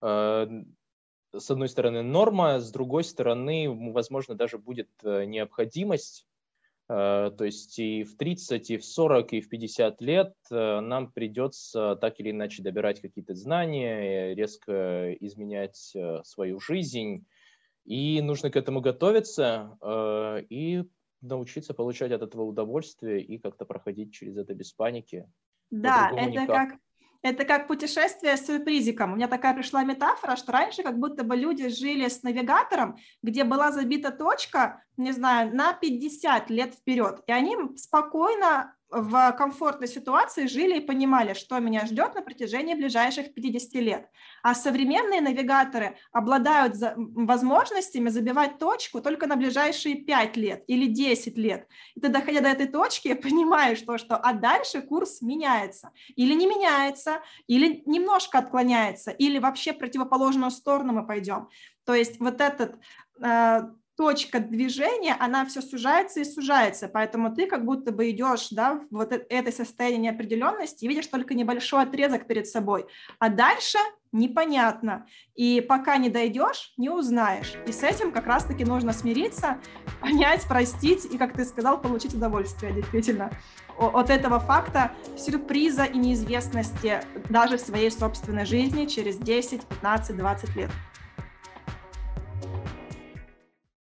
с одной стороны норма, с другой стороны, возможно, даже будет необходимость. То есть и в тридцать, и в сорок, и в пятьдесят лет нам придется так или иначе добирать какие-то знания, резко изменять свою жизнь. И нужно к этому готовиться и научиться получать от этого удовольствие и как-то проходить через это без паники. Да, это как... Это как путешествие с сюрпризиком. У меня такая пришла метафора, что раньше как будто бы люди жили с навигатором, где была забита точка, не знаю, на пятьдесят лет вперед. И они спокойно в комфортной ситуации жили и понимали, что меня ждет на протяжении ближайших пятидесяти лет. А современные навигаторы обладают возможностями забивать точку только на ближайшие пять лет или десять лет. И ты, доходя до этой точки, понимаешь то, что а дальше курс меняется. Или не меняется, или немножко отклоняется, или вообще в противоположную сторону мы пойдем. То есть вот этот... Э, точка движения, она все сужается и сужается, поэтому ты как будто бы идешь, да, в вот это состояние неопределенности и видишь только небольшой отрезок перед собой, а дальше непонятно, и пока не дойдешь, не узнаешь, и с этим как раз-таки нужно смириться, понять, простить и, как ты сказал, получить удовольствие, действительно, от этого факта сюрприза и неизвестности даже в своей собственной жизни через десять, пятнадцать, двадцать лет.